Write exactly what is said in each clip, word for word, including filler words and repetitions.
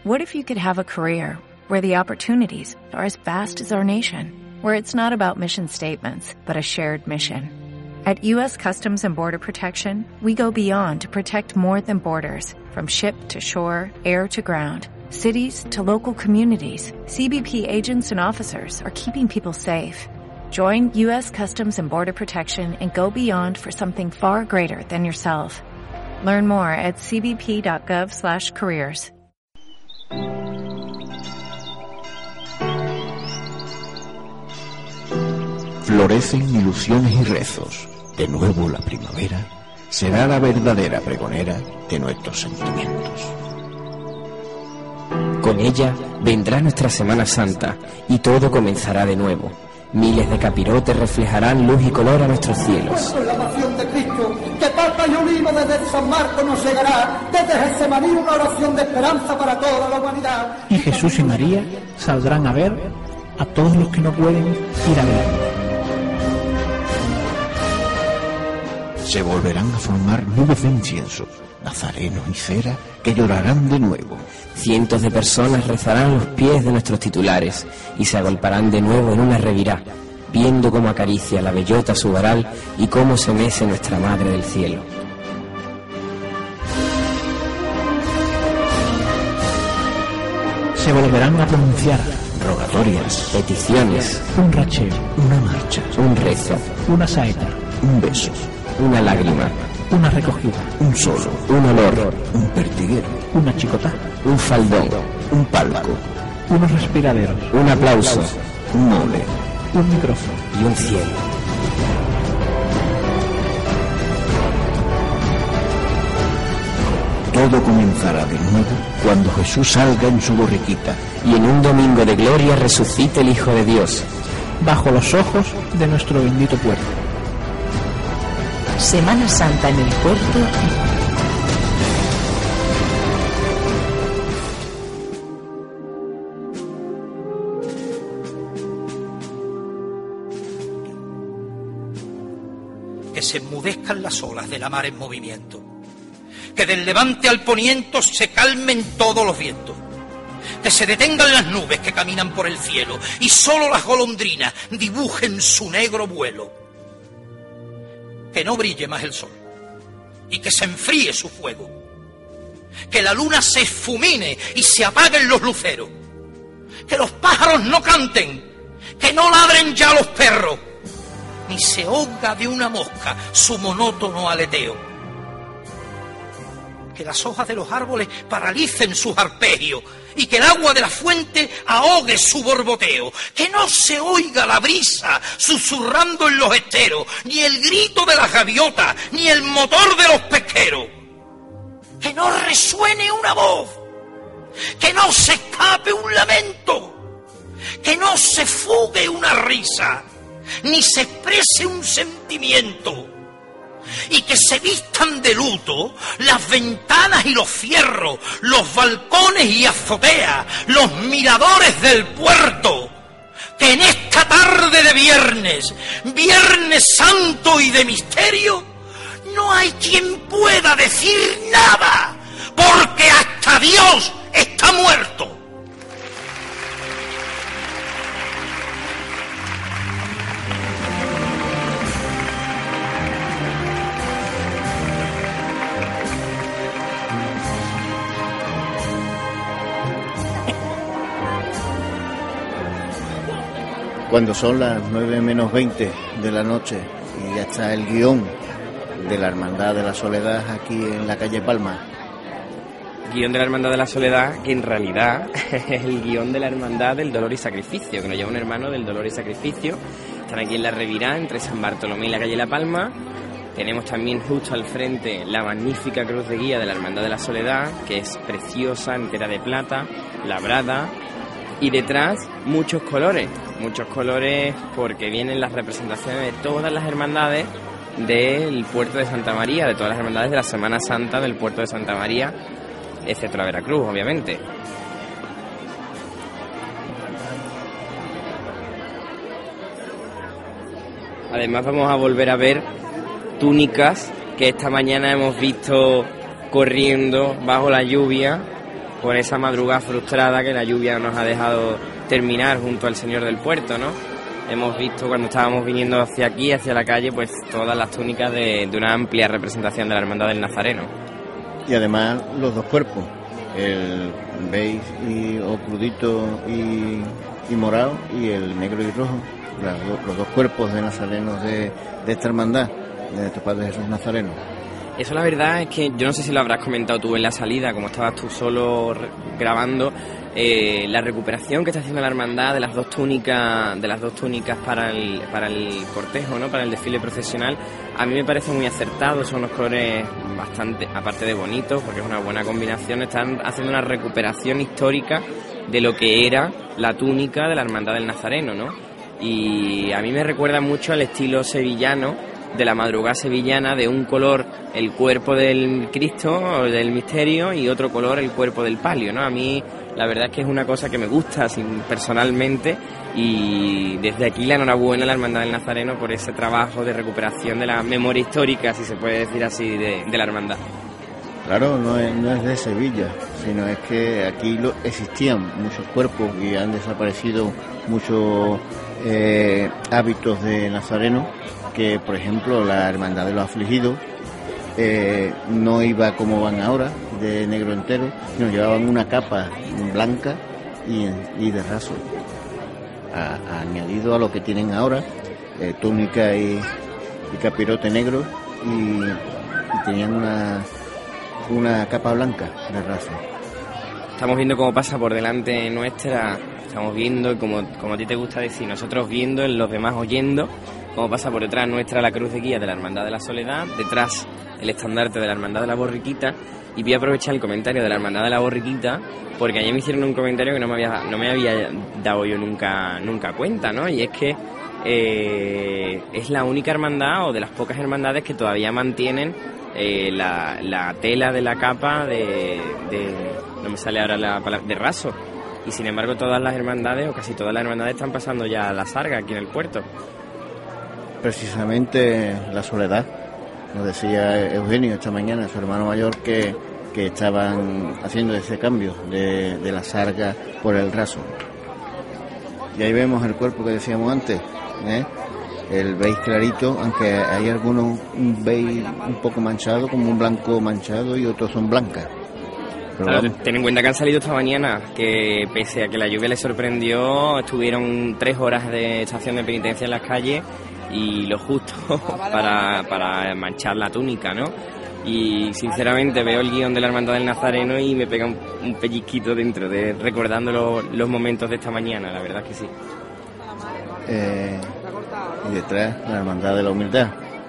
What if you could have a career where the opportunities are as vast as our nation, where it's not about mission statements, but a shared mission? At U S Customs and Border Protection, we go beyond to protect more than borders, from ship to shore, air to ground, cities to local communities. C B P agents and officers are keeping people safe. Join U S Customs and Border Protection and go beyond for something far greater than yourself. Learn more at c b p dot gov slash careers. Florecen ilusiones y rezos. De nuevo la primavera será la verdadera pregonera de nuestros sentimientos. Con ella vendrá nuestra Semana Santa y todo comenzará de nuevo. Miles de capirotes reflejarán luz y color a nuestros cielos. Con la pasión de Cristo, que palpa y olivo desde San Marcos nos llegará, desde Getsemaní una oración de esperanza para toda la humanidad. Y Jesús y María saldrán a ver a todos los que no pueden ir a ver. Se volverán a formar nubes de incienso, nazarenos y cera que llorarán de nuevo. Cientos de personas rezarán a los pies de nuestros titulares y se agolparán de nuevo en una revirá, viendo cómo acaricia la bellota su varal y cómo se mece nuestra Madre del Cielo. Se volverán a pronunciar rogatorias, peticiones, un racheo, una marcha, un rezo, una saeta, un beso, una lágrima, una recogida, un solo, un olor, un pertiguero, una chicotá, un faldón, un palco, unos respiraderos, un aplauso, un mole, un micrófono y un cielo. Todo comenzará de nuevo cuando Jesús salga en su borriquita y en un domingo de gloria resucite el Hijo de Dios, bajo los ojos de nuestro bendito puerto. Semana Santa en el puerto. Que se enmudezcan las olas de la mar en movimiento, que del levante al poniente se calmen todos los vientos, que se detengan las nubes que caminan por el cielo y solo las golondrinas dibujen su negro vuelo. Que no brille más el sol y que se enfríe su fuego, que la luna se esfumine y se apaguen los luceros, que los pájaros no canten, que no ladren ya los perros, ni se oiga de una mosca su monótono aleteo. Que las hojas de los árboles paralicen sus arpegios y que el agua de la fuente ahogue su borboteo. Que no se oiga la brisa susurrando en los esteros, ni el grito de las gaviotas, ni el motor de los pesqueros. Que no resuene una voz, que no se escape un lamento, que no se fugue una risa, ni se exprese un sentimiento. Y que se vistan de luto las ventanas y los fierros, los balcones y azoteas, los miradores del puerto. Que en esta tarde de viernes, Viernes Santo y de misterio, no hay quien pueda decir nada, porque hasta Dios está muerto. Cuando son las nueve menos veinte de la noche y ya está el guión de la Hermandad de la Soledad aquí en la calle Palma. Guión de la Hermandad de la Soledad, que en realidad es el guión de la Hermandad del Dolor y Sacrificio, que nos lleva un hermano del Dolor y Sacrificio. Están aquí en la Revirá, entre San Bartolomé y la calle La Palma. Tenemos también justo al frente la magnífica cruz de guía de la Hermandad de la Soledad, que es preciosa, entera de plata, labrada. Y detrás muchos colores, muchos colores porque vienen las representaciones de todas las hermandades del puerto de Santa María, de todas las hermandades de la Semana Santa del puerto de Santa María, excepto la Veracruz, obviamente. Además vamos a volver a ver túnicas que esta mañana hemos visto corriendo bajo la lluvia por esa madrugada frustrada que la lluvia nos ha dejado terminar junto al Señor del Puerto, ¿no? Hemos visto cuando estábamos viniendo hacia aquí, hacia la calle, pues todas las túnicas de, de una amplia representación de la Hermandad del Nazareno. Y además los dos cuerpos, el beige y, o crudito y, y morado, y el negro y rojo, las do, los dos cuerpos de nazarenos de, de esta hermandad, de nuestro Padre Jesús Nazareno. Eso la verdad es que yo no sé si lo habrás comentado tú en la salida, como estabas tú solo grabando, eh, la recuperación que está haciendo la hermandad de las dos túnicas, de las dos túnicas para el, para el cortejo, ¿no? Para el desfile procesional, a mí me parece muy acertado. Son unos colores bastante, aparte de bonitos, porque es una buena combinación, están haciendo una recuperación histórica de lo que era la túnica de la Hermandad del Nazareno, ¿no? Y a mí me recuerda mucho al estilo sevillano, de la madrugada sevillana, de un color el cuerpo del Cristo, del misterio, y otro color el cuerpo del palio, ¿no? A mí la verdad es que es una cosa que me gusta así, personalmente, y desde aquí la enhorabuena a la Hermandad del Nazareno por ese trabajo de recuperación de la memoria histórica, si se puede decir así, de, de la hermandad. Claro, no es, no es de Sevilla, sino es que aquí lo, existían muchos cuerpos y han desaparecido muchos eh, hábitos de nazareno, que por ejemplo la Hermandad de los Afligidos eh, no iba como van ahora, de negro entero, sino llevaban una capa blanca y, y de raso, a, a añadido a lo que tienen ahora, eh, túnica y, y capirote negro, y, y tenían una, una capa blanca de raso. Estamos viendo cómo pasa por delante nuestra, estamos viendo, como, como a ti te gusta decir, nosotros viendo, los demás oyendo, cómo pasa por detrás nuestra la cruz de guía de la Hermandad de la Soledad, detrás el estandarte de la Hermandad de la Borriquita. Y voy a aprovechar el comentario de la Hermandad de la Borriquita, porque ayer me hicieron un comentario que no me había, no me había dado yo nunca, nunca cuenta, ¿no? Y es que eh, es la única hermandad, o de las pocas hermandades, que todavía mantienen eh, la, la tela de la capa de, de, no me sale ahora la palabra, de raso. Y sin embargo todas las hermandades, o casi todas las hermandades, están pasando ya a la sarga aquí en el puerto. Precisamente la Soledad, nos decía Eugenio esta mañana, su hermano mayor, que, que estaban haciendo ese cambio de, de la sarga por el raso. Y ahí vemos el cuerpo que decíamos antes, ¿eh? El beige clarito, aunque hay algunos un beige un poco manchado, como un blanco manchado, y otros son blancas. Claro, ten en cuenta que han salido esta mañana, que pese a que la lluvia les sorprendió, estuvieron tres horas de estación de penitencia en las calles, y lo justo para, para manchar la túnica, ¿no? Y sinceramente veo el guión de la Hermandad del Nazareno y me pega un, un pellizquito dentro, de recordando lo, los momentos de esta mañana, la verdad que sí. Eh, y detrás la Hermandad de la Humildad.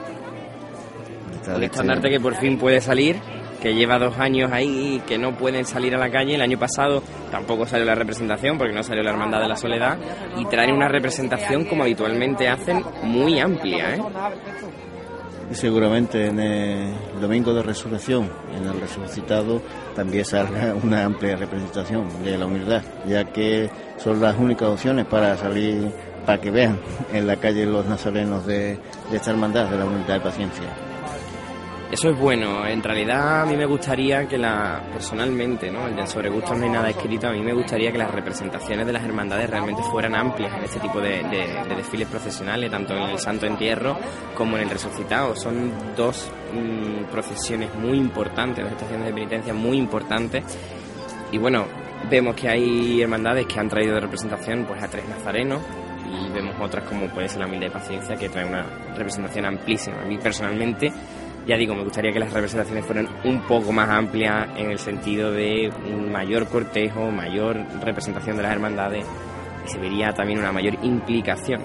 El estandarte que por fin puede salir, que lleva dos años ahí y que no pueden salir a la calle. El año pasado tampoco salió la representación porque no salió la Hermandad de la Soledad, y traen una representación, como habitualmente hacen, muy amplia, ¿eh? Y seguramente en el domingo de resurrección, en el resucitado, también salga una amplia representación de la humildad, ya que son las únicas opciones para salir, para que vean en la calle los nazarenos de, de esta hermandad de la humildad y paciencia. Eso es bueno. En realidad a mí me gustaría que la, personalmente, ¿no? El del sobre gustos no hay nada escrito, a mí me gustaría que las representaciones de las hermandades realmente fueran amplias en este tipo de, de, de desfiles procesionales, tanto en el Santo Entierro como en el Resucitado. Son dos mmm, procesiones muy importantes, dos estaciones de penitencia muy importantes, y bueno, vemos que hay hermandades que han traído de representación pues a tres nazarenos, y vemos otras como puede ser la Humildad y Paciencia, que trae una representación amplísima. A mí personalmente, ya digo, me gustaría que las representaciones fueran un poco más amplias en el sentido de un mayor cortejo, mayor representación de las hermandades, y se vería también una mayor implicación.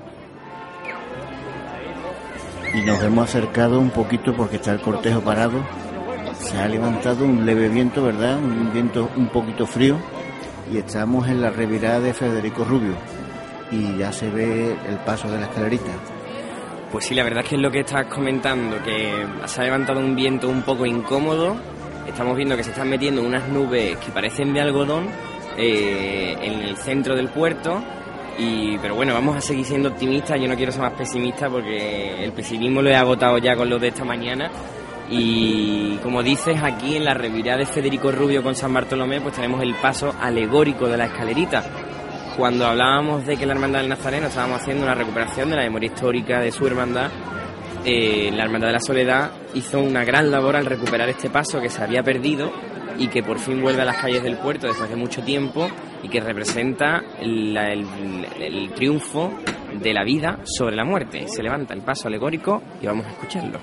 Y nos hemos acercado un poquito porque está el cortejo parado. Se ha levantado un leve viento, ¿verdad? Un viento un poquito frío, y estamos en la revirada de Federico Rubio y ya se ve el paso de la escalerita. Pues sí, la verdad es que es lo que estás comentando, que se ha levantado un viento un poco incómodo. Estamos viendo que se están metiendo unas nubes que parecen de algodón eh, en el centro del puerto. Y, pero bueno, vamos a seguir siendo optimistas. Yo no quiero ser más pesimista porque el pesimismo lo he agotado ya con lo de esta mañana. Y como dices, aquí en la revirá de Federico Rubio con San Bartolomé, pues tenemos el paso alegórico de la escalerita. Cuando hablábamos de que la Hermandad del Nazareno estábamos haciendo una recuperación de la memoria histórica de su hermandad, eh, la Hermandad de la Soledad hizo una gran labor al recuperar este paso que se había perdido y que por fin vuelve a las calles del puerto después de mucho tiempo y que representa el, el, el triunfo de la vida sobre la muerte. Se levanta el paso alegórico y vamos a escucharlo.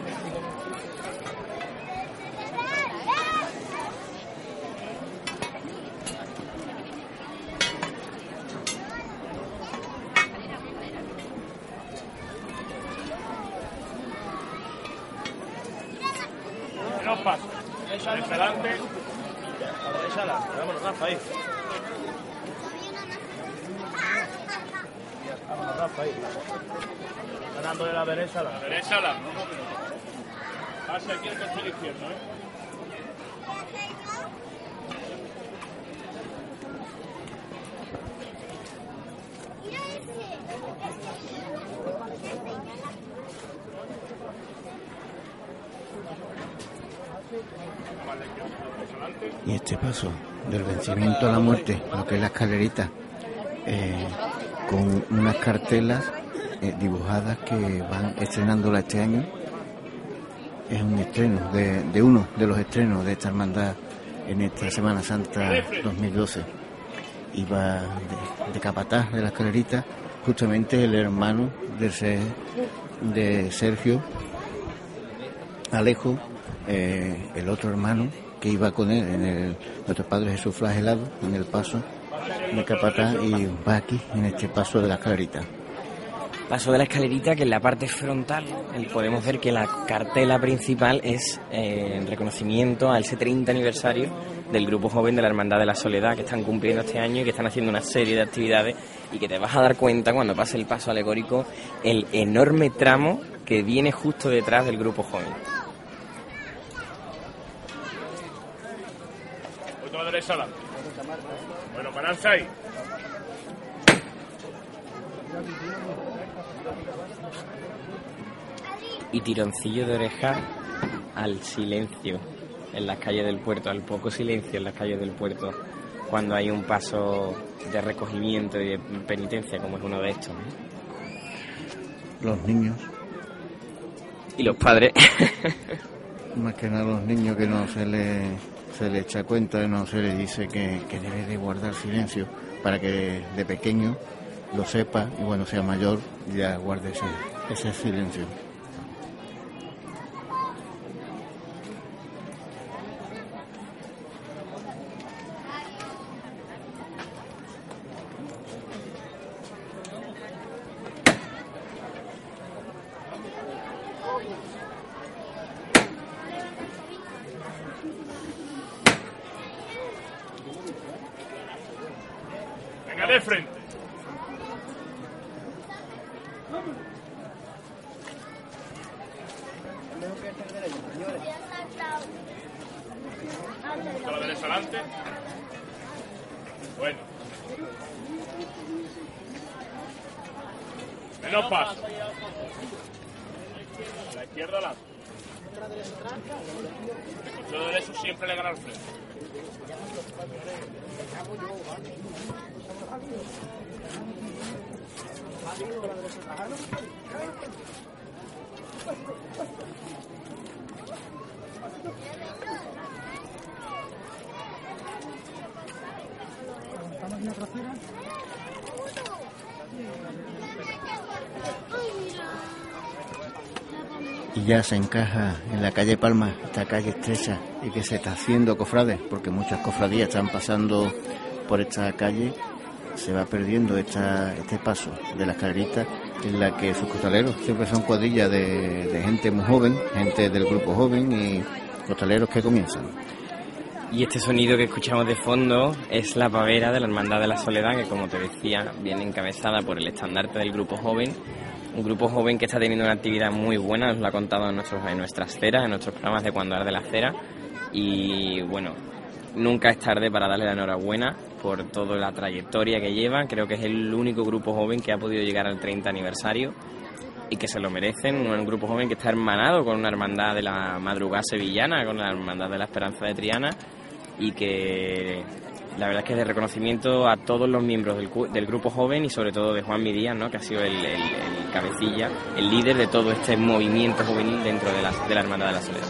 Paso. Derecha adelante. A la derecha adelante. Vámonos, Rafa, ahí. Vámonos, Rafa, ahí. Ganando de la derecha a la derecha a la. Pase aquí el costado izquierdo, ¿eh? Y este paso del vencimiento a la muerte, lo que es la escalerita, eh, con unas cartelas eh, dibujadas que van estrenándola este año, es un estreno de, de uno de los estrenos de esta hermandad en esta Semana Santa dos mil doce. Iba de, de capataz de la escalerita justamente el hermano de, ese, de Sergio, Alejo, eh, el otro hermano que iba con él en el Nuestro Padre Jesús flagelado en el paso de capataz, y va aquí en este paso de la escalerita. Paso de la escalerita, que en la parte frontal podemos ver que la cartela principal es eh, en reconocimiento a ese treinta aniversario del grupo joven de la Hermandad de la Soledad, que están cumpliendo este año y que están haciendo una serie de actividades, y que te vas a dar cuenta cuando pase el paso alegórico el enorme tramo que viene justo detrás del grupo joven. Otra derecha adelante. Bueno, pararse ahí. Y tironcillo de oreja al silencio en las calles del puerto, al poco silencio en las calles del puerto, cuando hay un paso de recogimiento y de penitencia, como es uno de estos, ¿no? Los niños. Y los padres. Más que nada los niños, que no se le, se le echa cuenta, no se le dice que, que debe de guardar silencio, para que de pequeño lo sepa y cuando sea mayor ya guarde ese, ese silencio. Venga, de frente. A la derecha adelante. Bueno. Menos paso. A la izquierda adelante. El costado derecho siempre le gana al frente. Y ya se encaja en la calle Palma, esta calle estrecha, y que se está haciendo cofrades, porque muchas cofradías están pasando por esta calle. Se va perdiendo esta, este paso de la escalerita, en la que sus costaleros siempre son cuadrillas de, de gente muy joven, gente del grupo joven y costaleros que comienzan. Y este sonido que escuchamos de fondo es la pavera de la Hermandad de la Soledad, que, como te decía, viene encabezada por el estandarte del grupo joven. Un grupo joven que está teniendo una actividad muy buena, nos lo ha contado en, nuestros, en nuestras ceras, en nuestros programas de Cuando Arde la Cera. Y bueno, nunca es tarde para darle la enhorabuena por toda la trayectoria que lleva. Creo que es el único grupo joven que ha podido llegar al treinta aniversario. y que se lo merecen, un grupo joven que está hermanado con una hermandad de la madrugada sevillana, con la hermandad de la Esperanza de Triana, y que la verdad es que es de reconocimiento a todos los miembros del, del grupo joven y sobre todo de Juan Midías, ¿no?, que ha sido el, el, el cabecilla, el líder de todo este movimiento juvenil dentro de la, de la Hermandad de la Soledad.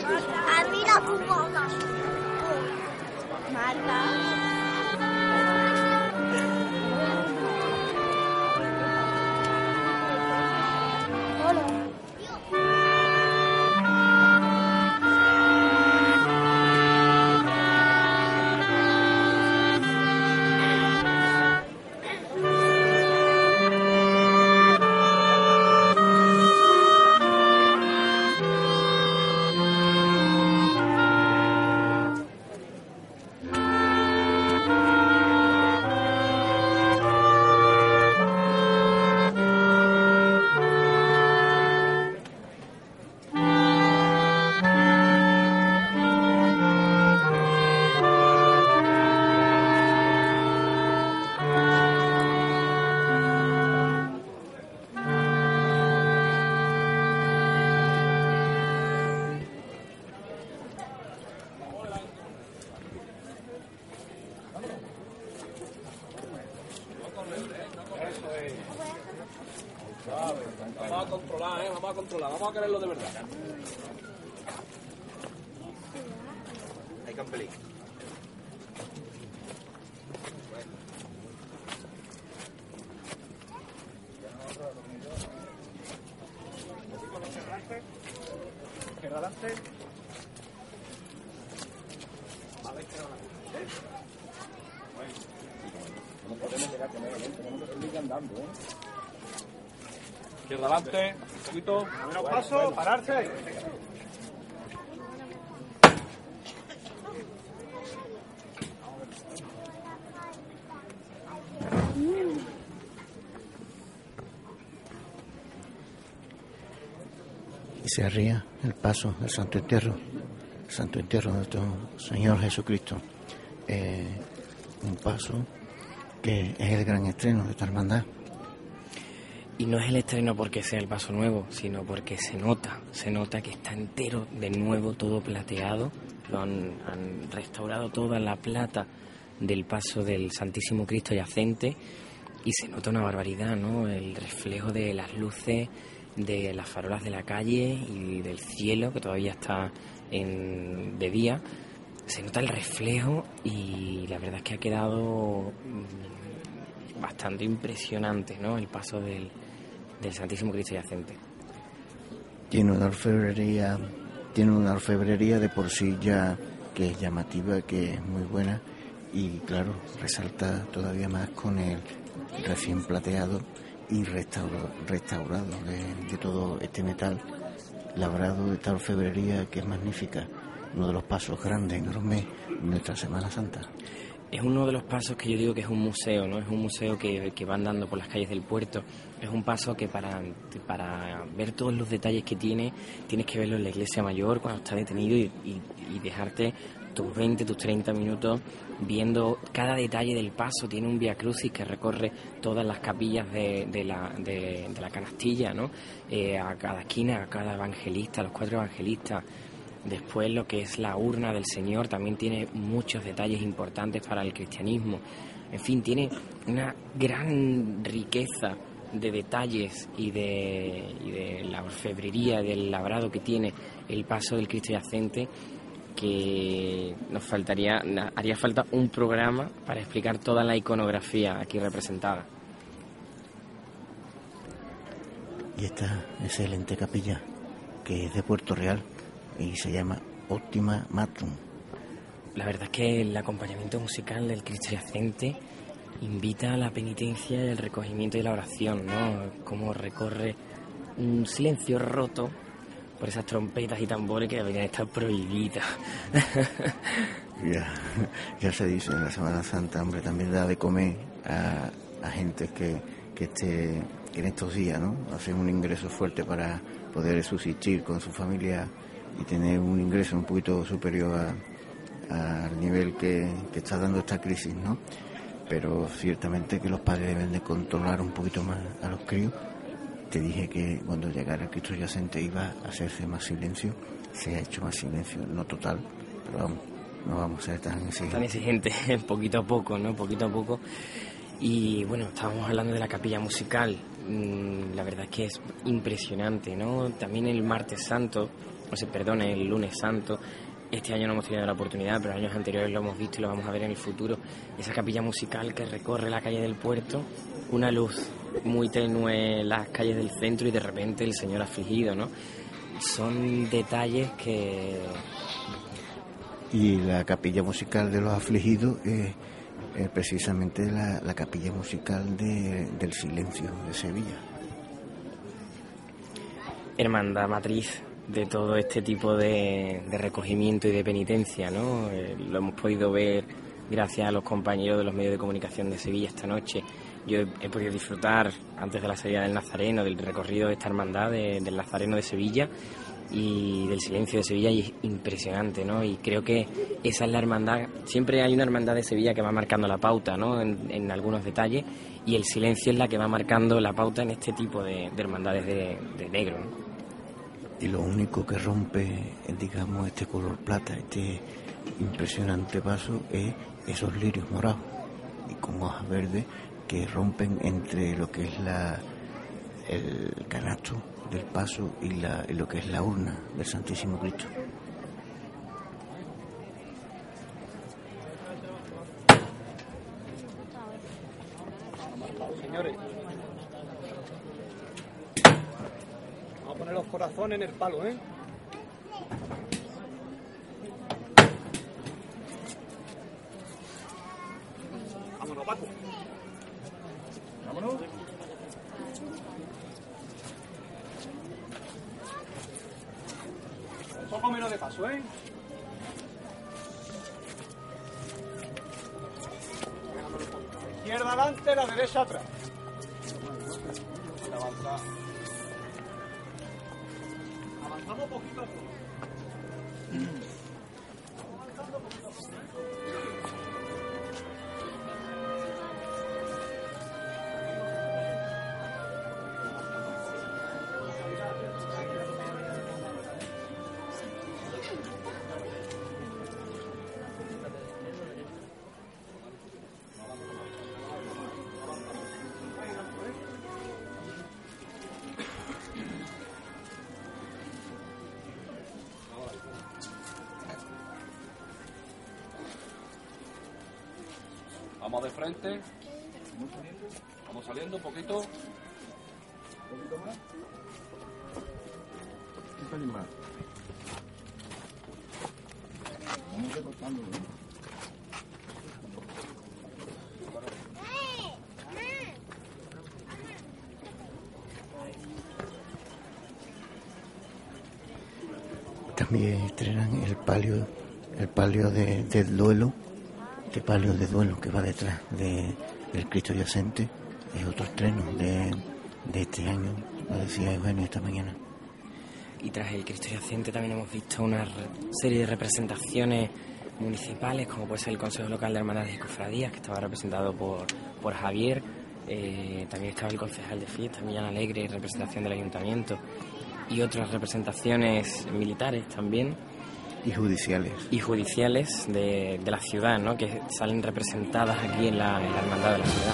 Vamos a controlar, ¿eh? Vamos a controlar, vamos a quererlo de verdad. Hay campelín. Izquierda adelante. Vale, izquierda adelante. Bueno, no podemos llegar con él, tenemos que seguir andando, ¿eh? Izquierda adelante, un poquito, menos paso, pararse. Y se arría el paso del Santo Entierro, el Santo Entierro de nuestro Señor Jesucristo. Eh, un paso que es el gran estreno de esta hermandad. Y no es el estreno porque sea el paso nuevo, sino porque se nota, se nota que está entero de nuevo, todo plateado. Lo han, han restaurado toda la plata del paso del Santísimo Cristo Yacente y se nota una barbaridad, ¿no? El reflejo de las luces, de las farolas de la calle y del cielo, que todavía está en, de día. Se nota el reflejo y la verdad es que ha quedado bastante impresionante, ¿no? El paso del, del Santísimo Cristo Yacente. Tiene una orfebrería, tiene una orfebrería de por sí ya que es llamativa, que es muy buena y claro, resalta todavía más con el recién plateado y restaurado, restaurado de, de todo este metal labrado de esta orfebrería que es magnífica. Uno de los pasos grandes, enormes de nuestra Semana Santa. Es uno de los pasos que yo digo que es un museo, ¿no? Es un museo que, que va andando por las calles del puerto. Es un paso que para, para ver todos los detalles que tiene, tienes que verlo en la iglesia mayor cuando está detenido y, y, y dejarte tus veinte, tus treinta minutos viendo cada detalle del paso. Tiene un Vía Crucis que recorre todas las capillas de, de, la, de, de la canastilla, ¿no? Eh, a cada esquina, a cada evangelista, a los cuatro evangelistas. Después lo que es la urna del Señor también tiene muchos detalles importantes para el cristianismo. En fin, tiene una gran riqueza de detalles y de, y de la orfebrería, del labrado que tiene el paso del Cristo Yacente, que nos faltaría, haría falta un programa para explicar toda la iconografía aquí representada. Y esta excelente capilla, que es de Puerto Real, y se llama Optima Matum. La verdad es que el acompañamiento musical del Cristo Yacente invita a la penitencia, el recogimiento y la oración, ¿no? Cómo recorre un silencio roto por esas trompetas y tambores que deberían estar prohibidas. ya, ya se dice en la Semana Santa, hombre, también da de comer a, a gente que, que esté que en estos días, ¿no? Hacen un ingreso fuerte para poder subsistir con su familia y tener un ingreso un poquito superior al nivel que, que está dando esta crisis, ¿no? Pero ciertamente que los padres deben de controlar un poquito más a los críos te dije que cuando llegara el Cristo Yacente iba a hacerse más silencio. Se ha hecho más silencio, no total, pero vamos, no vamos a ser tan exigentes. Tan exigentes, poquito a poco, ¿no? Poquito a poco. Y bueno, estábamos hablando de la capilla musical. La verdad es que es impresionante, ¿no? También el martes santo, o sea, perdón, el lunes santo, este año no hemos tenido la oportunidad, pero años anteriores lo hemos visto y lo vamos a ver en el futuro. Esa capilla musical que recorre la calle del Puerto, una luz muy tenue en las calles del centro y de repente el Señor afligido, ¿no? Son detalles que... Y la capilla musical de los afligidos es eh, precisamente la, la capilla musical de, del silencio de Sevilla. Hermandad matriz de todo este tipo de, de recogimiento y de penitencia, ¿no? Eh, lo hemos podido ver gracias a los compañeros de los medios de comunicación de Sevilla esta noche. Yo he, he podido disfrutar, antes de la salida del Nazareno, del recorrido de esta hermandad de, del Nazareno de Sevilla y del silencio de Sevilla, y es impresionante, ¿no? Y creo que esa es la hermandad. Siempre hay una hermandad de Sevilla que va marcando la pauta, ¿no? En, en algunos detalles, y el silencio es la que va marcando la pauta en este tipo de, de hermandades de, de negro, ¿no? Y lo único que rompe, digamos, este color plata, este impresionante paso, es esos lirios morados y con hojas verdes que rompen entre lo que es la el canasto del paso y, la, y lo que es la urna del Santísimo Cristo. Señores, vamos a poner los corazones en el palo, ¿eh? Vámonos, Paco. Vámonos. Un poco menos de paso, ¿eh? La izquierda adelante, la derecha atrás. Avanza. Avanzamos poquito a poco. Avanzando poquito a poco. Vamos de frente. Vamos saliendo un poquito. Un poquito más. Un pelín más. Vamos recortando, ¿no? También estrenan el palio, el palio de, del duelo. Este palio de duelo que va detrás de, del Cristo Yacente es otro estreno de, de este año, lo decía Eugenio esta mañana. Y tras el Cristo Yacente también hemos visto una re- serie de representaciones municipales, como puede ser el Consejo Local de Hermandades y Cofradías, que estaba representado por, por Javier. Eh, también estaba el concejal de fiesta, Millán Alegre, y representación del Ayuntamiento, y otras representaciones militares también. Y judiciales. Y judiciales de, de la ciudad, ¿no? Que salen representadas aquí en la, en la Hermandad de la Ciudad.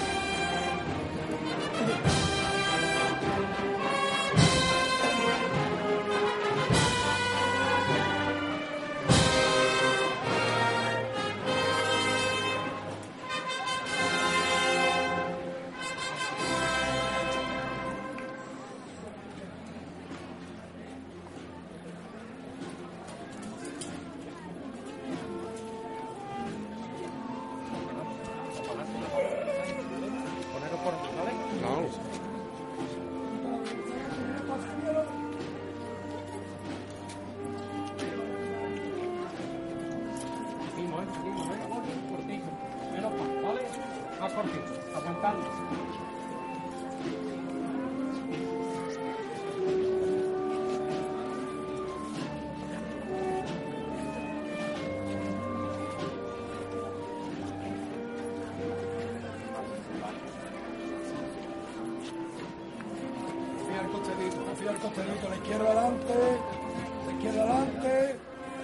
el costelito, confía el costelito, la izquierda adelante, la izquierda adelante.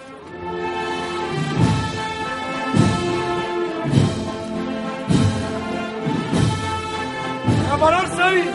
¡A pararse ahí!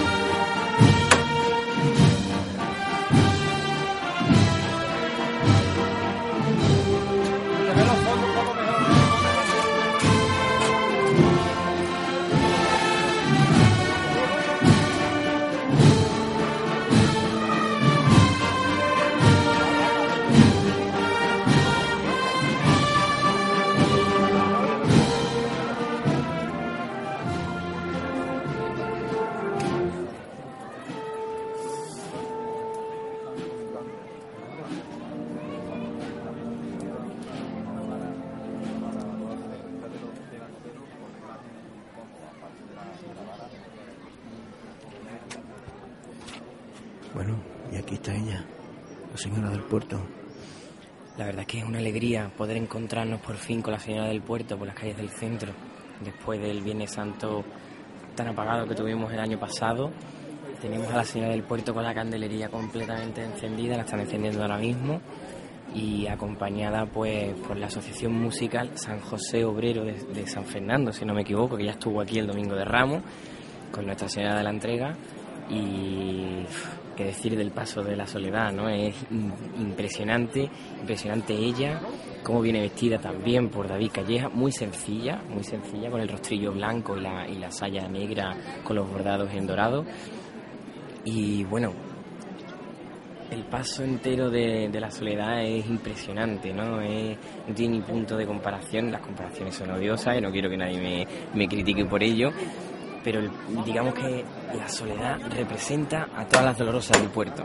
Bueno, y aquí está ella, la señora del puerto. La verdad es que es una alegría poder encontrarnos por fin con la señora del puerto por las calles del centro, después del Viernes Santo tan apagado que tuvimos el año pasado. Tenemos a la señora del puerto con la candelería completamente encendida, la están encendiendo ahora mismo, y acompañada pues por la Asociación Musical San José Obrero de, de San Fernando, si no me equivoco, que ya estuvo aquí el Domingo de Ramos con Nuestra Señora de la Entrega. Y qué decir del Paso de la Soledad, ¿no? Es impresionante, impresionante ella, cómo viene vestida también por David Calleja, muy sencilla, muy sencilla, con el rostrillo blanco y la, y la saya negra con los bordados en dorado. Y bueno, el paso entero de, de la Soledad es impresionante, ¿no? Es, no tiene ni punto de comparación, las comparaciones son odiosas y no quiero que nadie me, me critique por ello. Pero el, digamos que la Soledad representa a todas las dolorosas del puerto.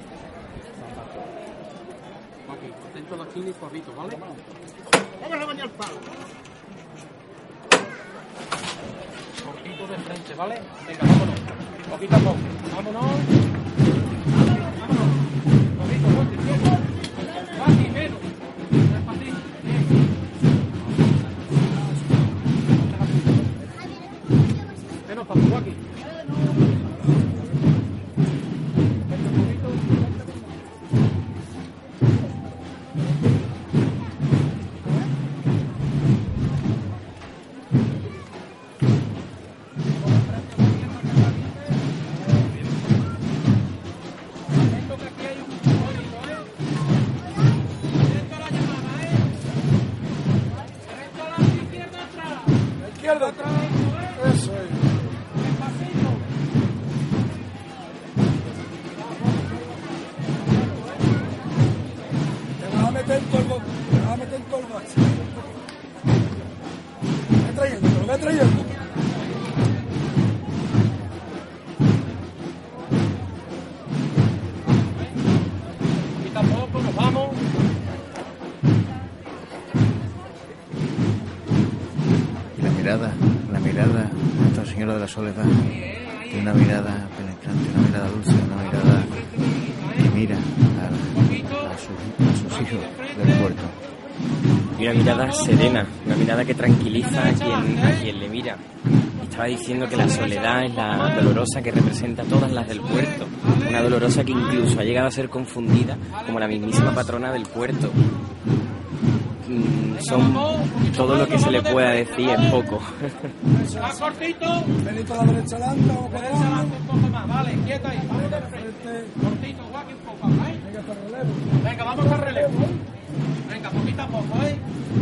Atento a la esquina y suavito, ¿vale? Vamos a bañar el palo. Poquito de frente, ¿vale? Venga, vámonos. Poquito a poco. Vámonos. Vámonos. Poquito, poquito. Aquí, menos. Despacito. Menos para tu aquí. Soledad, tiene una mirada penetrante, una mirada dulce, una mirada que mira a, a, sus, a sus hijos del puerto. Y una mirada serena, una mirada que tranquiliza a quien, a quien le mira. Y estaba diciendo que la Soledad es la dolorosa que representa a todas las del puerto, una dolorosa que incluso ha llegado a ser confundida como la mismísima patrona del puerto. Son todo lo que se le pueda decir es poco. Más cortito. Benito a la derecha adelante, vamos para derecha adelante un poco más, vale, quieta ahí, vamos de frente. Cortito, guapi un poco, ¿eh? Venga, para el relevo. Venga, vamos para el relevo. Venga, poquito a poco, ¿eh?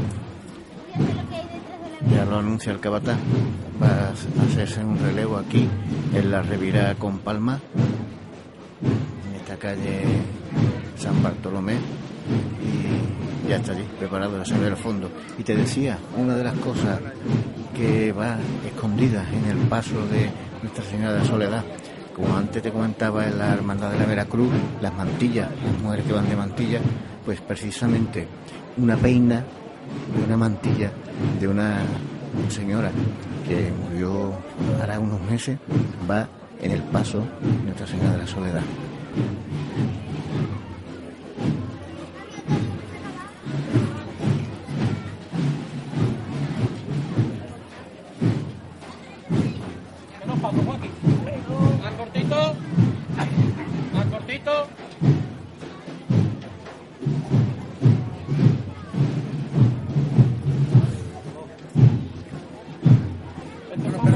Ya lo anuncia el capataz. Va a hacerse un relevo aquí en la Revirá con Palma, en esta calle San Bartolomé, y ya está allí, preparado a salir al fondo. Y te decía, una de las cosas que va escondida en el paso de Nuestra Señora de la Soledad, como antes te comentaba en la Hermandad de la Veracruz, las mantillas, las mujeres que van de mantilla, pues precisamente una peina de una mantilla de una señora que murió hará unos meses, va en el paso de Nuestra Señora de la Soledad.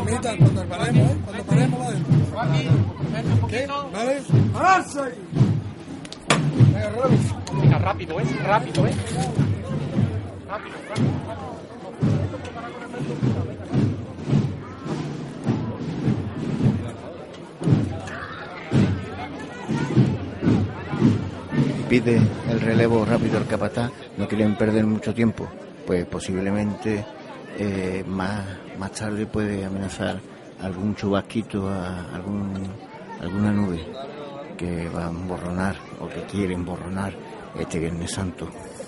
Calmita, cuando paremos, ¿eh? Cuando paremos la dentro. ¿Qué? ¿Vale? ¡Pararse! Venga, relevo. Venga, rápido, ¿eh? Rápido, ¿eh? Rápido, rápido. Pide el relevo rápido al capataz, no quieren perder mucho tiempo, pues posiblemente eh, más, más tarde puede amenazar algún chubasquito, a algún, alguna nube que va a emborronar o que quiere emborronar este Viernes Santo.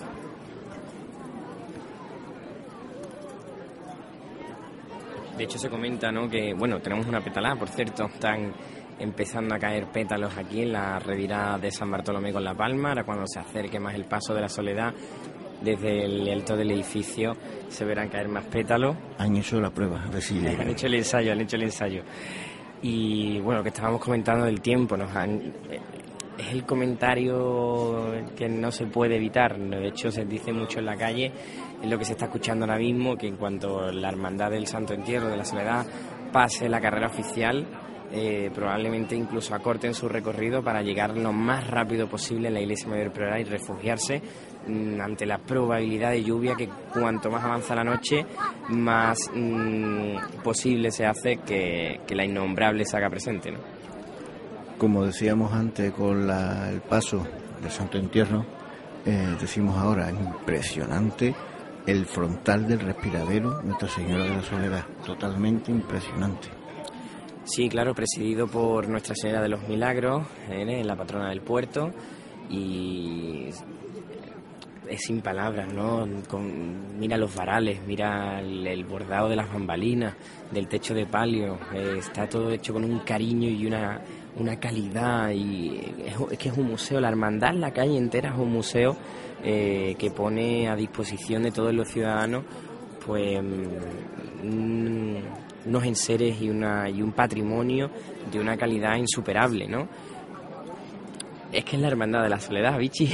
De hecho se comenta, ¿no?, que, bueno, tenemos una petalada, por cierto, están empezando a caer pétalos aquí en la revirada de San Bartolomé con La Palma. Ahora cuando se acerque más el Paso de la Soledad, desde el alto del edificio se verán caer más pétalos. Han hecho la prueba, a ver si han hecho el ensayo, han hecho el ensayo. Y bueno, lo que estábamos comentando del tiempo, nos han, es el comentario que no se puede evitar. De hecho se dice mucho en la calle, es lo que se está escuchando ahora mismo, que en cuanto la Hermandad del Santo Entierro de la Soledad pase la carrera oficial, Eh, probablemente incluso acorten su recorrido para llegar lo más rápido posible a la Iglesia Mayor Prioral y refugiarse mmm, ante la probabilidad de lluvia, que cuanto más avanza la noche, más mmm, posible se hace que, que la innombrable se haga presente, ¿no? Como decíamos antes con la, el paso del Santo Entierro, eh, decimos ahora, impresionante el frontal del respiradero Nuestra Señora de la Soledad, totalmente impresionante. Sí, claro, presidido por Nuestra Señora de los Milagros, ¿eh?, la patrona del puerto, y es sin palabras, ¿no? Con, mira los varales, mira el, el bordado de las bambalinas, del techo de palio, eh, está todo hecho con un cariño y una, una calidad, y es, es que es un museo, la hermandad, la calle entera es un museo eh, que pone a disposición de todos los ciudadanos, pues mmm, unos enseres y una y un patrimonio de una calidad insuperable, ¿no? Es que es la Hermandad de la Soledad, bichi.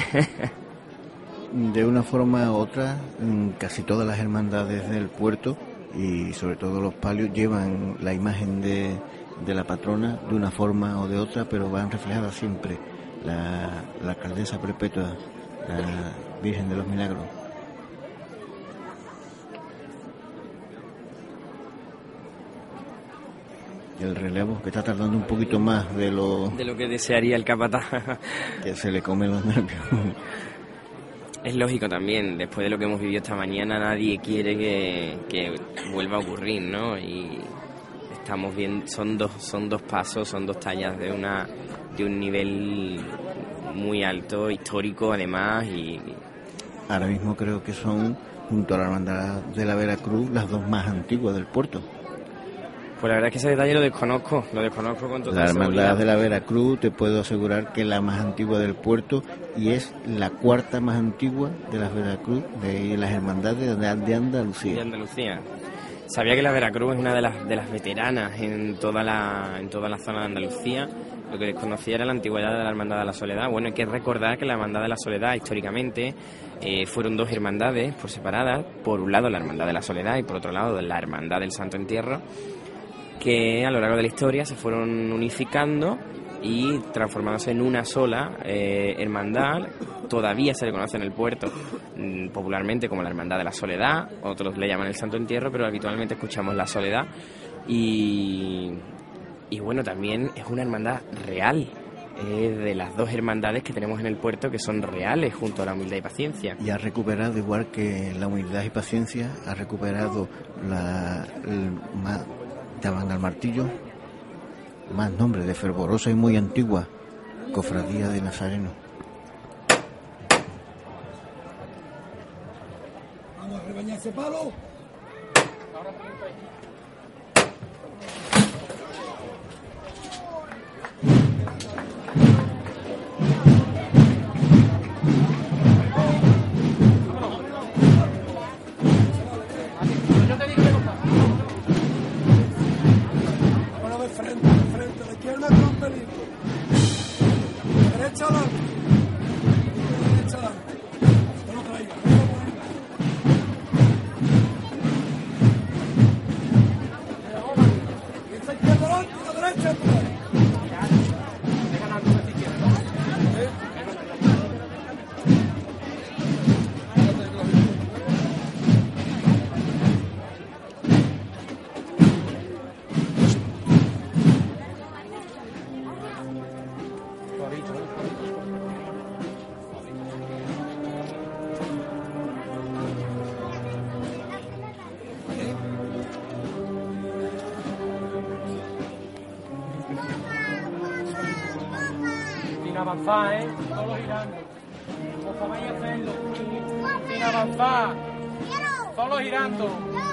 De una forma u otra, casi todas las hermandades del puerto y sobre todo los palios llevan la imagen de, de la patrona de una forma o de otra, pero van reflejadas siempre la, la alcaldesa perpetua, la Virgen de los Milagros. El relevo, que está tardando un poquito más de lo... de lo que desearía el capataz. Que se le comen los nervios. Es lógico también, después de lo que hemos vivido esta mañana, nadie quiere que, que vuelva a ocurrir, ¿no? Y estamos viendo, son dos, son dos pasos, son dos tallas de una de un nivel muy alto, histórico además, y... Ahora mismo creo que son, junto a la Hermandad de la Veracruz, las dos más antiguas del puerto. Pues la verdad es que ese detalle lo desconozco, lo desconozco con total La seguridad. Hermandad de la Veracruz, te puedo asegurar que es la más antigua del puerto y es la cuarta más antigua de las Veracruz, de las hermandades de, de Andalucía. De Andalucía. Sabía que la Veracruz es una de las de las veteranas en toda la en toda la zona de Andalucía. Lo que desconocía era la antigüedad de la Hermandad de la Soledad. Bueno, hay que recordar que la Hermandad de la Soledad históricamente eh, fueron dos hermandades por separadas. Por un lado la Hermandad de la Soledad y por otro lado la Hermandad del Santo Entierro, que a lo largo de la historia se fueron unificando y transformándose en una sola eh, hermandad. Todavía se le conoce en el puerto mmm, popularmente como la Hermandad de la Soledad, otros le llaman el Santo Entierro, pero habitualmente escuchamos la Soledad. Y, y bueno, también es una hermandad real, eh, de las dos hermandades que tenemos en el puerto, que son reales junto a la Humildad y Paciencia. Y ha recuperado, igual que la Humildad y Paciencia, ha recuperado la... El, más, daban al martillo más nombres de fervorosa y muy antigua Cofradía de Nazareno. Vamos a rebañar ese palo. avanzar, ¿eh? Solo girando. Como sabéis hacerlo. Sin avanzar. Solo girando.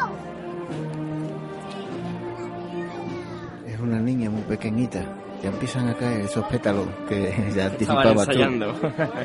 Es una niña muy pequeñita. Ya empiezan a caer esos pétalos que ya estaban anticipaba tú. ensayando.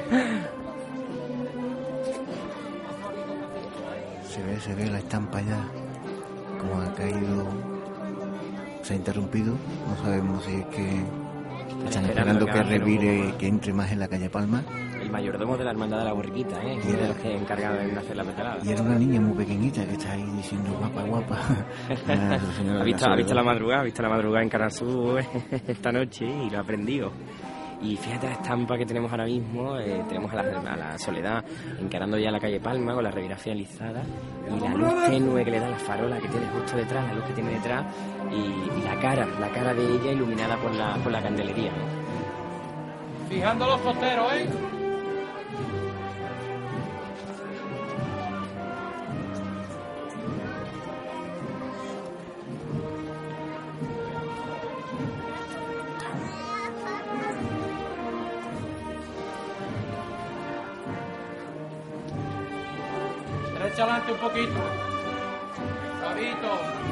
Se ve, se ve la estampa ya. Como ha caído. Se ha interrumpido. No sabemos si es que están esperando que revire, que entre más en la calle Palma. El mayordomo de la Hermandad de la Borriquita, ¿eh? Que es de los que encargado de hacer la petalada. Y era una niña muy pequeñita que está ahí diciendo guapa, guapa. ¿Ha visto, ha visto la madrugada? ¿Ha visto la madrugada en Canal Sur esta noche? Y lo ha aprendido. Y fíjate la estampa que tenemos ahora mismo. Eh, tenemos a la, a la Soledad encarando ya la calle Palma con la revira finalizada. Y la luz tenue que le da la farola que tiene justo detrás, la luz que tiene detrás. Y, y la cara, la cara de ella iluminada por la, por la candelería, ¿no? Fijando los costeros, ¿eh? Derecha adelante un poquito. Suavito.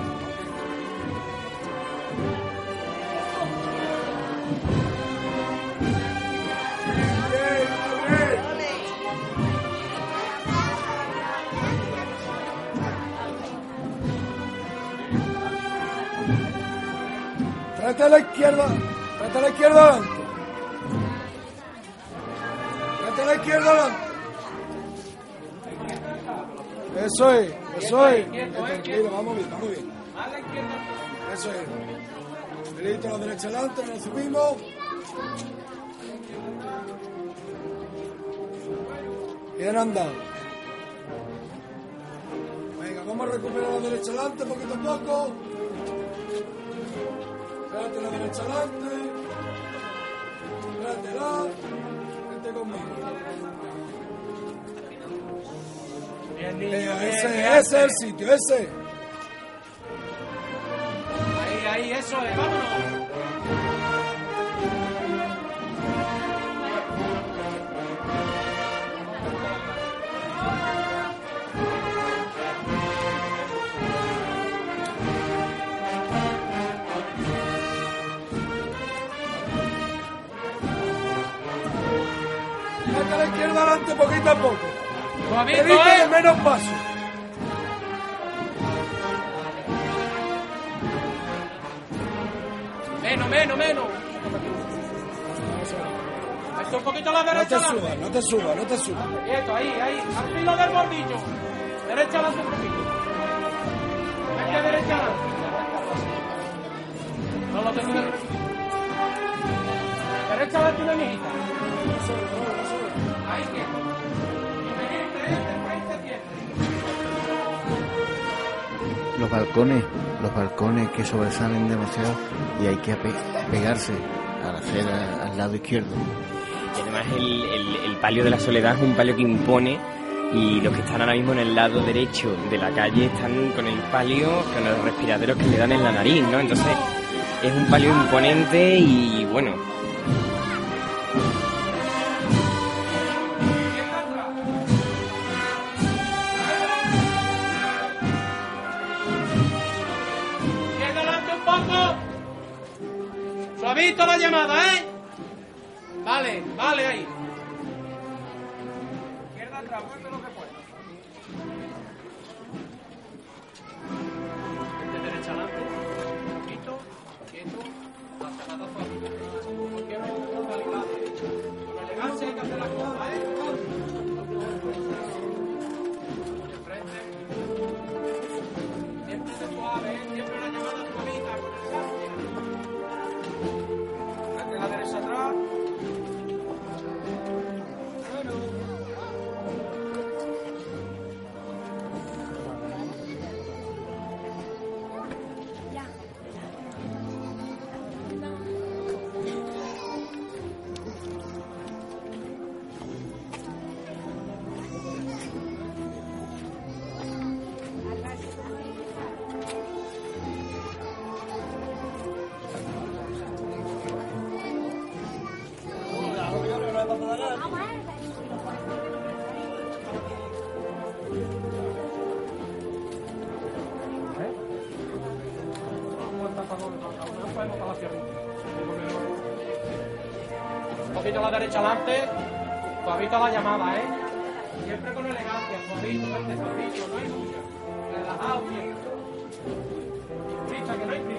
Trate a la izquierda, trate a la izquierda adelante. Trate a la izquierda adelante. Eso es, eso es. Tranquilo, vamos bien, vamos bien. Eso es. Delito a la derecha adelante, nos subimos. Bien andado. Venga, vamos a recuperar la derecha adelante poquito a poco. Espérate la derecha adelante. Espératela. Vente conmigo. Bien, niño, Venga, bien, ese, bien, ese es el bien. sitio, ese. Ahí, ahí, eso es, vámonos. Vete a la izquierda adelante poquito a poco. Suavito, Evita ¿eh? de menos paso. Menos, menos, menos. Esto un poquito a la No derecha. te subas, no te subas, no te subas. Quieto, ahí, ahí. Al filo del bordillo. Derecha adelante un poquito. Vete derecha adelante. No lo tengo de... Derecha adelante una mijita. Ahí, quieto. Los balcones, los balcones que sobresalen demasiado y hay que ape- pegarse a la acera al lado izquierdo. Y además el, el, el palio de la Soledad es un palio que impone, y los que están ahora mismo en el lado derecho de la calle están con el palio, con los respiraderos que le dan en la nariz, ¿no? Entonces es un palio imponente y bueno. Izquierda adelante un poco. Suavito la llamada, ¿eh? Vale, vale ahí. Izquierda atrás, mueve lo que pueda. De derecha adelante. Un poquito. Quieto. Hasta la taza. Porque no hay calidad. Con elegancia hay que hacer las cosas, ¿eh? De frente. Siempre se suave, ¿eh? Siempre una llamada suavita, con elegancia. Frente a la derecha atrás. Un poquito a la derecha adelante, suavito la llamada, ¿eh? Siempre con elegancia, suavito, este suavito, no hay mucha. Relajado, bien. Prisa, que no hay prisa.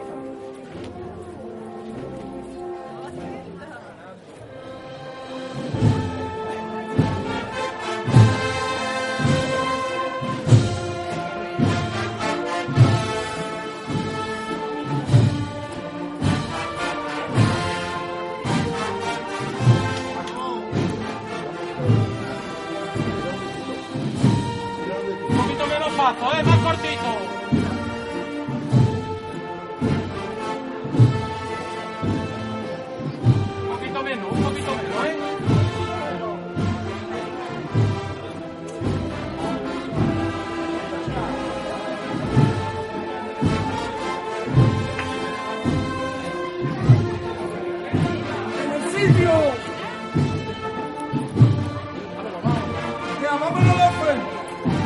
¿Eh? Más cortito. Un poquito menos, un poquito menos, ¿eh? ¡En el sitio! ¡Ya, vámonos de frente!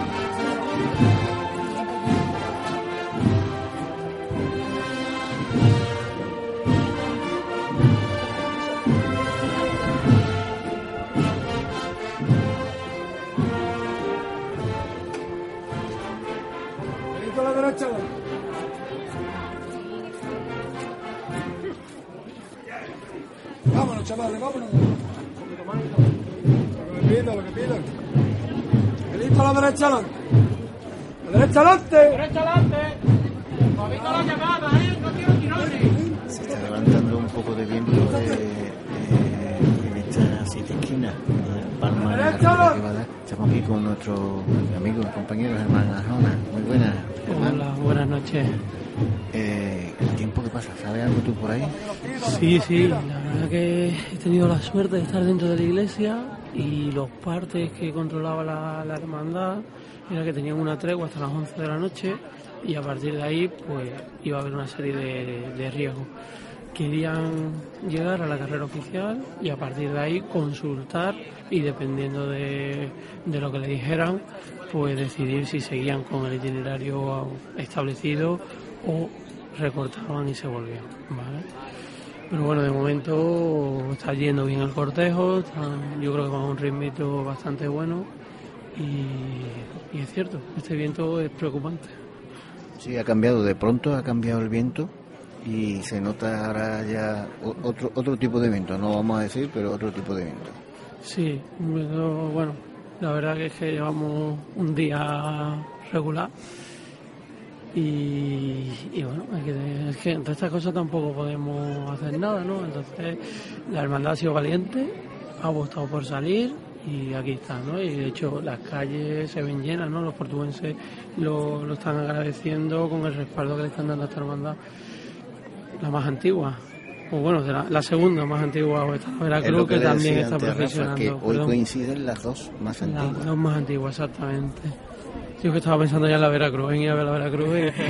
Vámonos, chavales, vámonos. Lo que pidan, lo que pidan. Listo a la derecha adelante. La derecha adelante. Derecha adelante. Suavito la llamada, ¿eh? No quiero tirones. Se está levantando un poco de viento de, de, en esta siete esquinas, de Palma de la Ribera que va a dar. Estamos aquí con nuestros amigos, compañeros, hermanas Jonas. Muy buenas. Hola, buenas noches. Eh, el tiempo que pasa, ¿sabes algo tú por ahí? Sí, sí, la verdad que he tenido la suerte de estar dentro de la iglesia y los partes que controlaba la, la hermandad era que tenían una tregua hasta las once de la noche y a partir de ahí pues iba a haber una serie de, de riesgos. Querían llegar a la carrera oficial y a partir de ahí consultar y dependiendo de, de lo que le dijeran pues decidir si seguían con el itinerario establecido o recortaban y se volvían, ¿vale? Pero bueno, de momento está yendo bien el cortejo, están, yo creo que va a un ritmito bastante bueno y, y es cierto, este viento es preocupante. Sí, ha cambiado, de pronto ha cambiado el viento y se nota ahora ya otro otro tipo de viento, no vamos a decir, pero otro tipo de viento. Sí, bueno, la verdad que es que llevamos un día regular. Y, y bueno, hay que, es que entre estas cosas tampoco podemos hacer nada, ¿no? Entonces la hermandad ha sido valiente, ha apostado por salir y aquí está, ¿no? Y de hecho las calles se ven llenas, ¿no? Los portugueses lo, lo están agradeciendo con el respaldo que le están dando a esta hermandad, la más antigua, o bueno, de la, la segunda más antigua, o esta Veracruz, que, que también está profesionando. Que hoy perdón, coinciden las dos más antiguas. Las dos más antiguas, exactamente. Yo que estaba pensando ya en la Veracruz, en ir a ver la Veracruz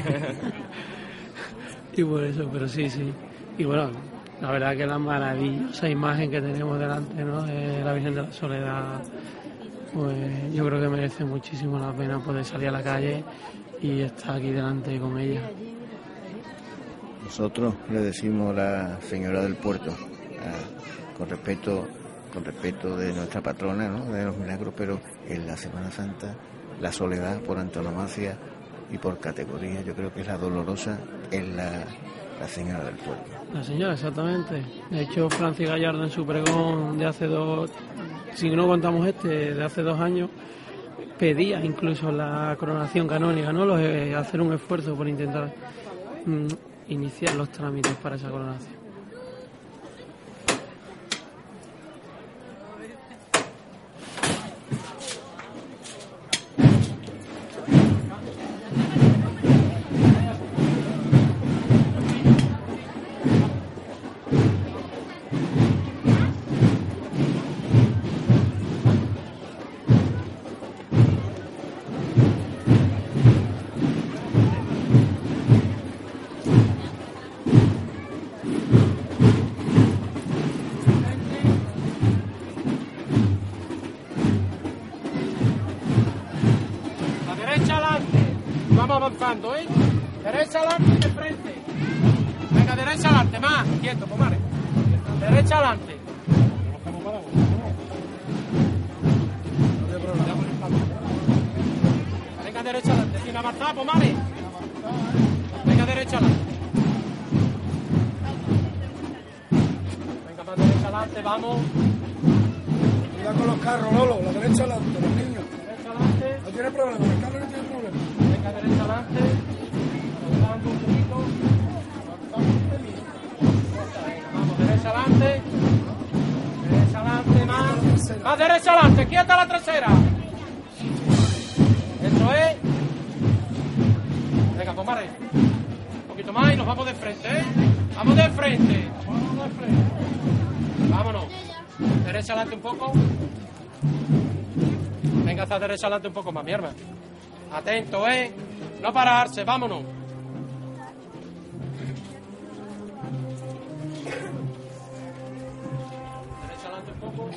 y, y por eso, pero sí, sí. Y bueno, la verdad que la maravillosa imagen que tenemos delante, ¿no?, de la Virgen de la Soledad, pues yo creo que merece muchísimo la pena poder salir a la calle y estar aquí delante con ella. Nosotros le decimos la Señora del Puerto, a, con respeto, con respeto de nuestra patrona, ¿no?, de los milagros, pero en la Semana Santa la Soledad por antonomasia y por categoría, yo creo que es la dolorosa, es la, la Señora del Puerto. La señora, exactamente. De hecho, Francis Gallardo en su pregón de hace dos, si no contamos este, de hace dos años, pedía incluso la coronación canónica, ¿no?, Los, eh, hacer un esfuerzo por intentar mm, iniciar los trámites para esa coronación. ganando, ¿eh? Derecha adelante y de frente. Venga, derecha adelante, más. Quieto, Pomares. Derecha adelante. Venga, derecha adelante. Sin avanzar, Pomares. Venga, derecha adelante. Venga, más derecha adelante, vamos. Cuidado con los carros, Lolo. La derecha adelante, los niños. Derecha adelante. No tiene problema, el carro no tiene problema. Venga, derecha adelante. Adelante un poquito. Vamos, derecha adelante. Derecha adelante, más. Más derecha adelante, quieta la trasera. Eso es. Venga, Pomares. Un poquito más y nos vamos de frente, ¿eh? Vamos de frente. Vamos de frente. Vámonos. Derecha adelante un poco. Venga, hacia derecha adelante un poco más, mi hermano. Atento, ¿eh? No pararse, vámonos. Derecha adelante un poco.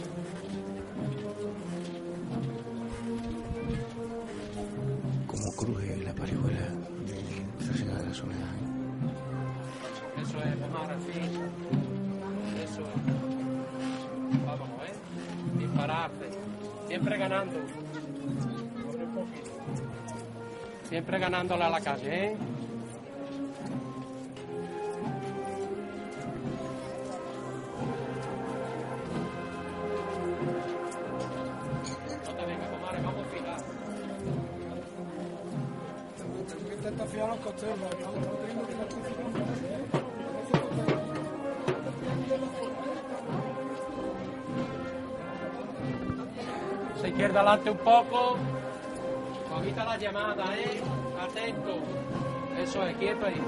Como cruje la parihuela de la ciudad de la soledad. Eso es, Pomar, al fin. Eso es. Vámonos, ¿eh? Dispararte. Siempre ganando. Siempre ganándole a la calle, ¿eh? No te vengas, Pomares, vamos a fijar. Tengo que intentar fijar los costeros, porque vamos, no tengo que Se izquierda adelante un poco. Cogita la llamada, ¿eh? Atento. Eso es, quieto ahí.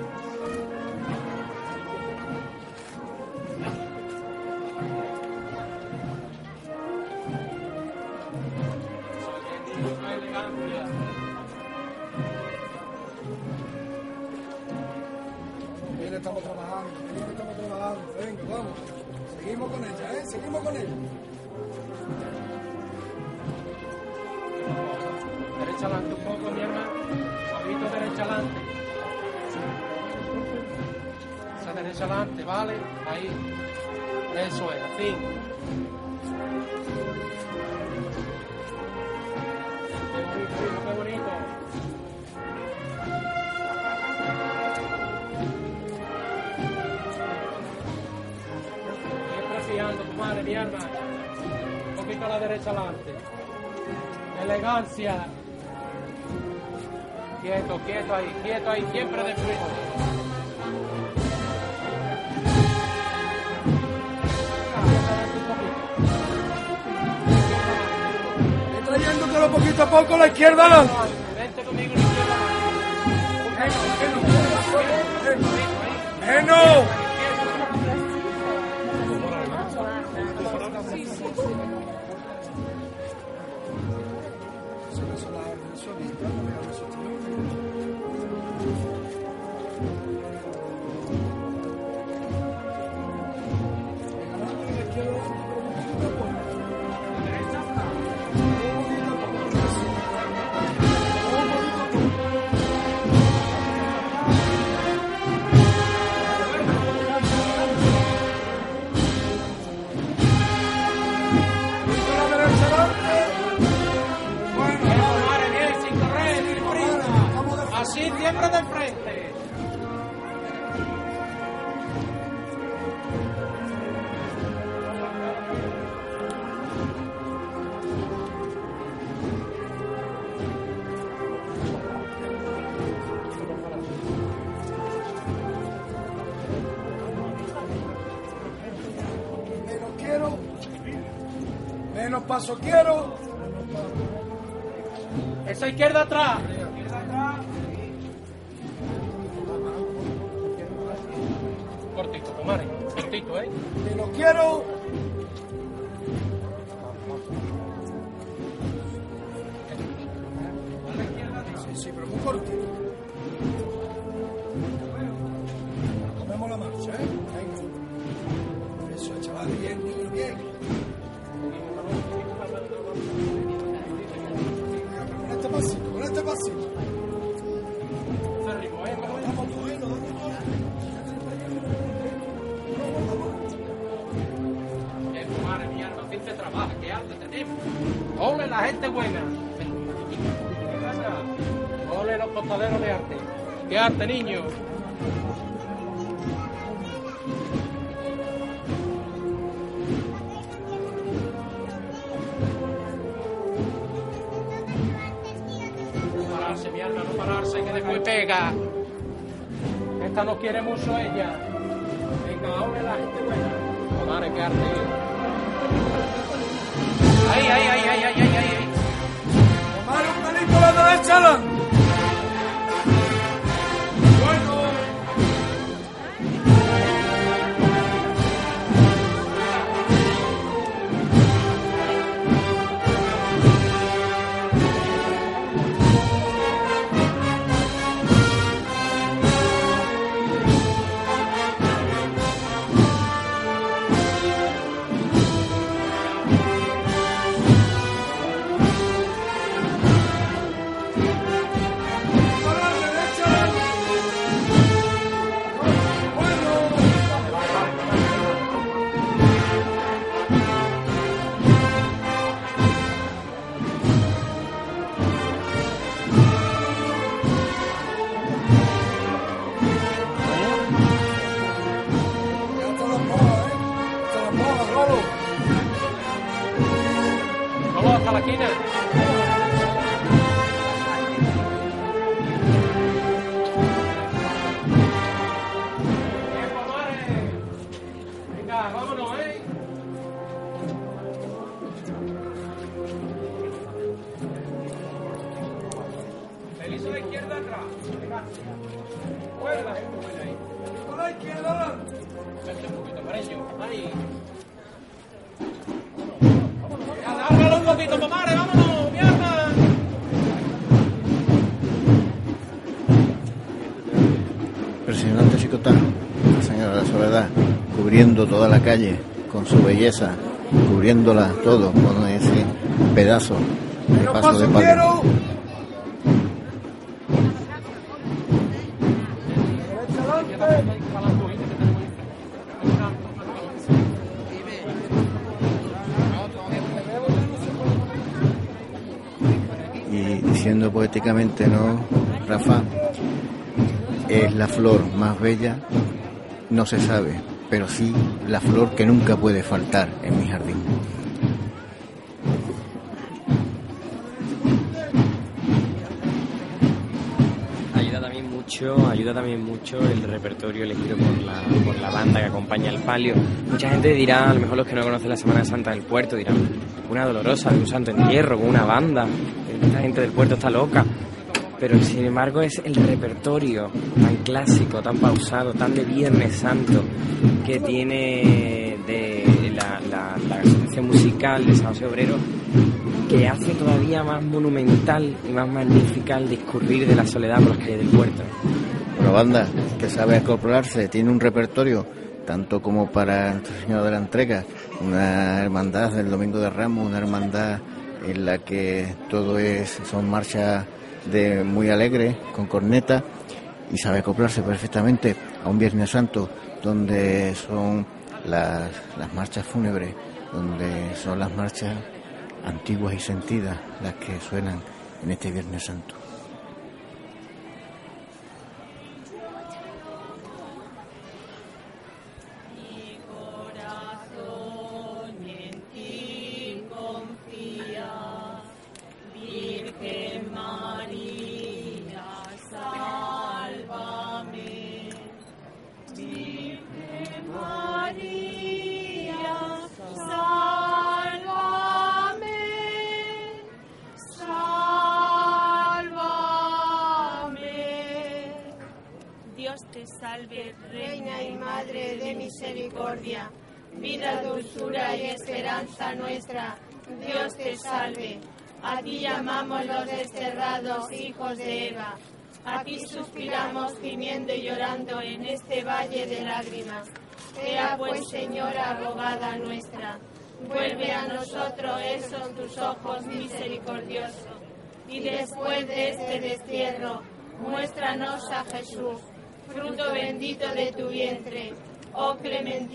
Eso es, elegancia. Bien, estamos trabajando, bien, estamos trabajando. Venga, vamos. Seguimos con ella, ¿eh? Seguimos con ella. Derecha adelante un poco, mi hermano. Poquito derecha adelante. Esa derecha adelante, ¿vale? Ahí. Eso es, así. Qué bonito, qué bonito. Siempre fiando, tu madre, mi hermano. Un poquito a la derecha adelante. Elegancia. Quieto, quieto ahí, quieto ahí, siempre de frente. Estoy trayéndotelo poquito a poco a la izquierda adelante. Vente conmigo a la izquierda. ¡Menos! Así, siempre de frente. Menos quiero. Menos paso quiero. Esa izquierda atrás. Izquierda atrás. Cortito, Pomares. Cortito, ¿eh? Menos quiero. Sí, sí, pero muy corto. Comemos la marcha, ¿eh? Venga. Eso, chaval, bien, bien, bien. Con este pasito, con este pasito. gente buena. Ole los costaderos de arte. ¡Qué arte, niño! No pararse, mi alma, no pararse, que después pega. Esta no quiere mucho ella. Venga, ole la gente buena. Madre, qué arte. ¡Ay, ay, ay, ay, ay, ay, ay! ¡Tomar un pelito a la derecha adelante! Impresionante psicotano, la señora de la Soledad, cubriendo toda la calle con su belleza, cubriéndola todo con ese pedazo de paso de palio. Y diciendo poéticamente, ¿no, Rafa? Es la flor más bella, no se sabe, pero sí la flor que nunca puede faltar en mi jardín. Ayuda también mucho, ayuda también mucho el repertorio elegido por la, por la banda que acompaña el palio. Mucha gente dirá, a lo mejor los que no conocen la Semana Santa del Puerto, dirán, una dolorosa de un santo entierro con una banda, esta gente del puerto está loca. Pero sin embargo es el repertorio tan clásico, tan pausado, tan de Viernes Santo que tiene de la, la, la asociación musical de San José Obrero, que hace todavía más monumental y más magnífica el discurrir de la soledad por las calles del puerto. Una banda que sabe acoplarse, tiene un repertorio tanto como para Nuestra Señora de la Entrega, una hermandad del Domingo de Ramos, una hermandad en la que todo es son marchas de muy alegre, con corneta, y sabe acoplarse perfectamente a un Viernes Santo donde son las, las marchas fúnebres, donde son las marchas antiguas y sentidas las que suenan en este Viernes Santo. Vida, dulzura y esperanza nuestra, Dios te salve. A ti llamamos los desterrados hijos de Eva. A ti suspiramos gimiendo y llorando en este valle de lágrimas. Sea pues, Señora, abogada nuestra. Vuelve a nosotros esos tus ojos misericordiosos. Y después de este destierro, muéstranos a Jesús, fruto bendito de tu vientre. Oh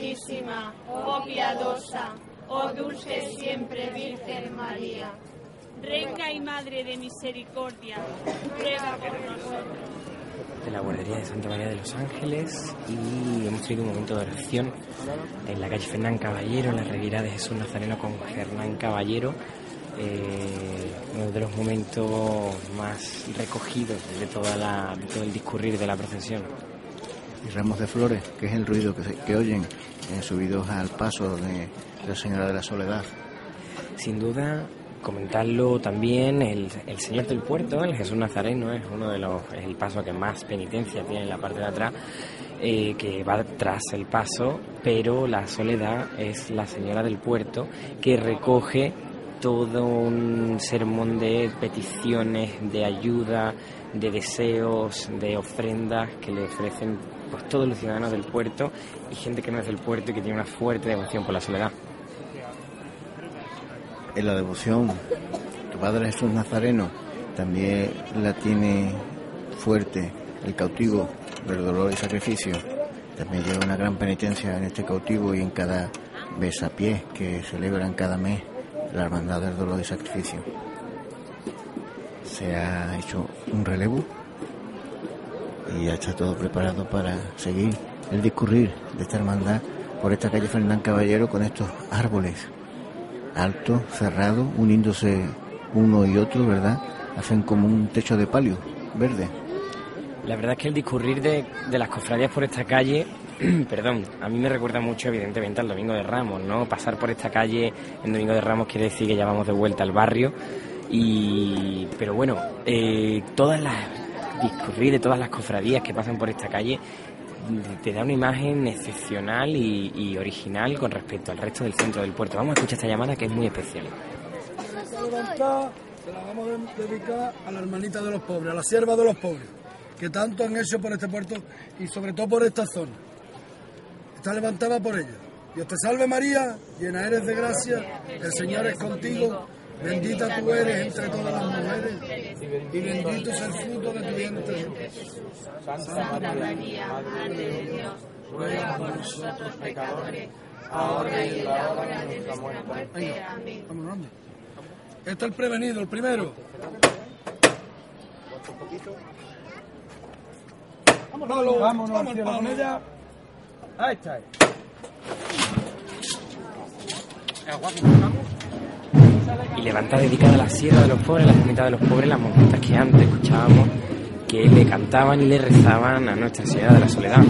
clementísima, oh piadosa, oh dulce siempre Virgen María. Reina y Madre de Misericordia, ruega por nosotros. De la guardería de Santa María de los Ángeles, y hemos tenido un momento de oración en la calle Fernán Caballero, en la revirada de Jesús Nazareno con Hernán Caballero, eh, uno de los momentos más recogidos de, toda la, de todo el discurrir de la procesión. Y ramos de flores, que es el ruido que, se, que oyen eh, subidos al paso de la Señora de la Soledad. Sin duda, comentarlo también, el, el Señor del Puerto, el Jesús Nazareno, es uno de los, es el paso que más penitencia tiene en la parte de atrás, eh, que va tras el paso, pero la Soledad es la Señora del Puerto, que recoge todo un sermón de peticiones, de ayuda, de deseos, de ofrendas que le ofrecen pues todos los ciudadanos del puerto y gente que no es del puerto y que tiene una fuerte devoción por la Soledad. En la devoción, tu Padre Jesús Nazareno también la tiene fuerte el cautivo del dolor y sacrificio. También lleva una gran penitencia en este cautivo y en cada besapiés que celebran cada mes la Hermandad del Dolor y Sacrificio. Se ha hecho un relevo y ya está todo preparado para seguir el discurrir de esta hermandad por esta calle Fernán Caballero con estos árboles altos, cerrados, uniéndose uno y otro, ¿verdad? Hacen como un techo de palio verde. La verdad es que el discurrir de, de las cofradías por esta calle, perdón, a mí me recuerda mucho evidentemente al Domingo de Ramos, ¿no? Pasar por esta calle en Domingo de Ramos quiere decir que ya vamos de vuelta al barrio, y pero bueno, eh, todas las discurrir de todas las cofradías que pasan por esta calle te da una imagen excepcional y, y original con respecto al resto del centro del puerto. Vamos a escuchar esta llamada que es muy especial. Esta levantada se la vamos a dedicar a la hermanita de los pobres, a la sierva de los pobres, que tanto han hecho por este puerto y sobre todo por esta zona. Está levantada por ella. Dios te salve María, llena eres de gracia, el Señor es contigo, bendita tú eres entre todas las mujeres y bendito es el fruto de tu vientre. Santa María, Madre de Dios, ruega por nosotros pecadores, ahora y en la hora de nuestra muerte. Amén. Este es el prevenido, el primero. Vámonos, vámonos, vamos al palo, ya. Ahí está. Y levantada dedicada a la sierra de los pobres, la ermita de los pobres, las monjitas que antes escuchábamos que le cantaban y le rezaban a Nuestra Señora de la Soledad.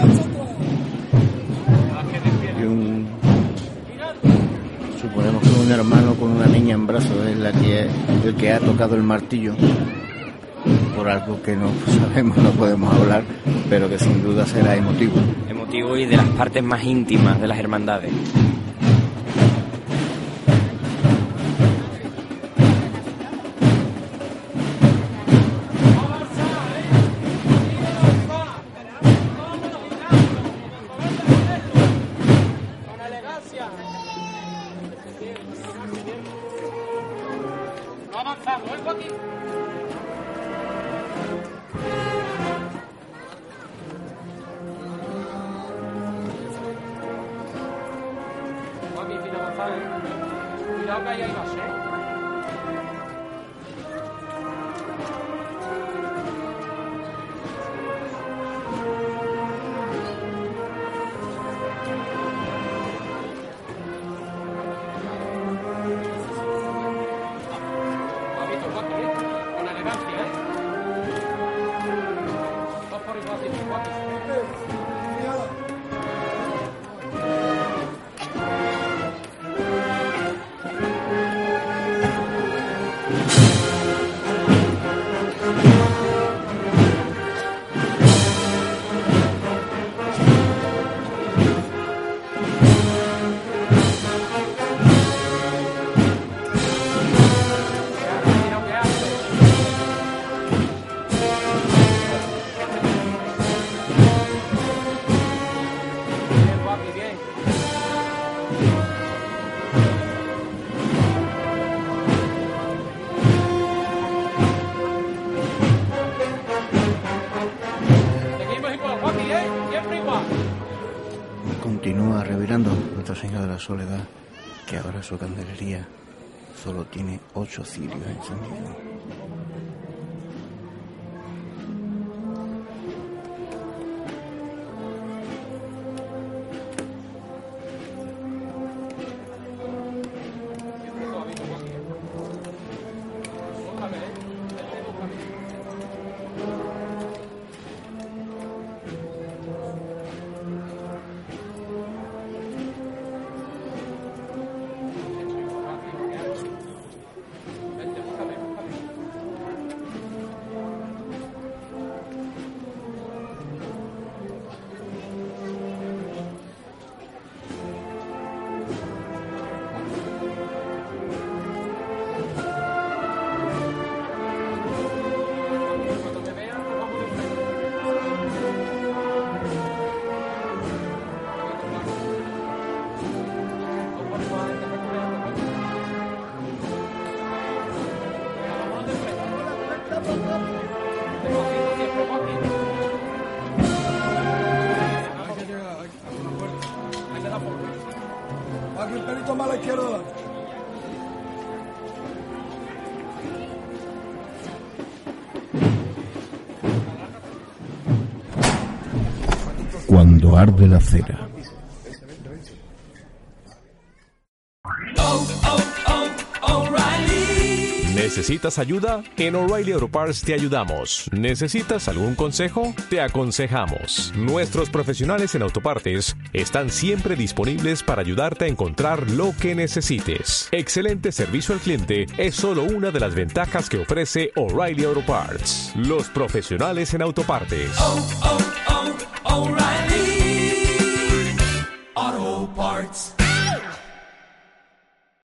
Y un, suponemos que un hermano con una niña en brazos es la que, el que ha tocado el martillo, por algo que no sabemos, no podemos hablar, pero que sin duda será emotivo. Emotivo y de las partes más íntimas de las hermandades. Cuidado que ahí hay más, ¿eh? Con elegancia, ¿eh? Dos por igual, Continúa revirando Nuestra Señora de la Soledad, que ahora su candelería solo tiene ocho cirios encendidos. Aquí el perito más a la izquierda. Cuando arde la cera. ¿Necesitas ayuda? En O'Reilly Auto Parts te ayudamos. ¿Necesitas algún consejo? Te aconsejamos. Nuestros profesionales en autopartes están siempre disponibles para ayudarte a encontrar lo que necesites. Excelente servicio al cliente es solo una de las ventajas que ofrece O'Reilly Auto Parts. Los profesionales en autopartes. Oh, oh, oh, O'Reilly.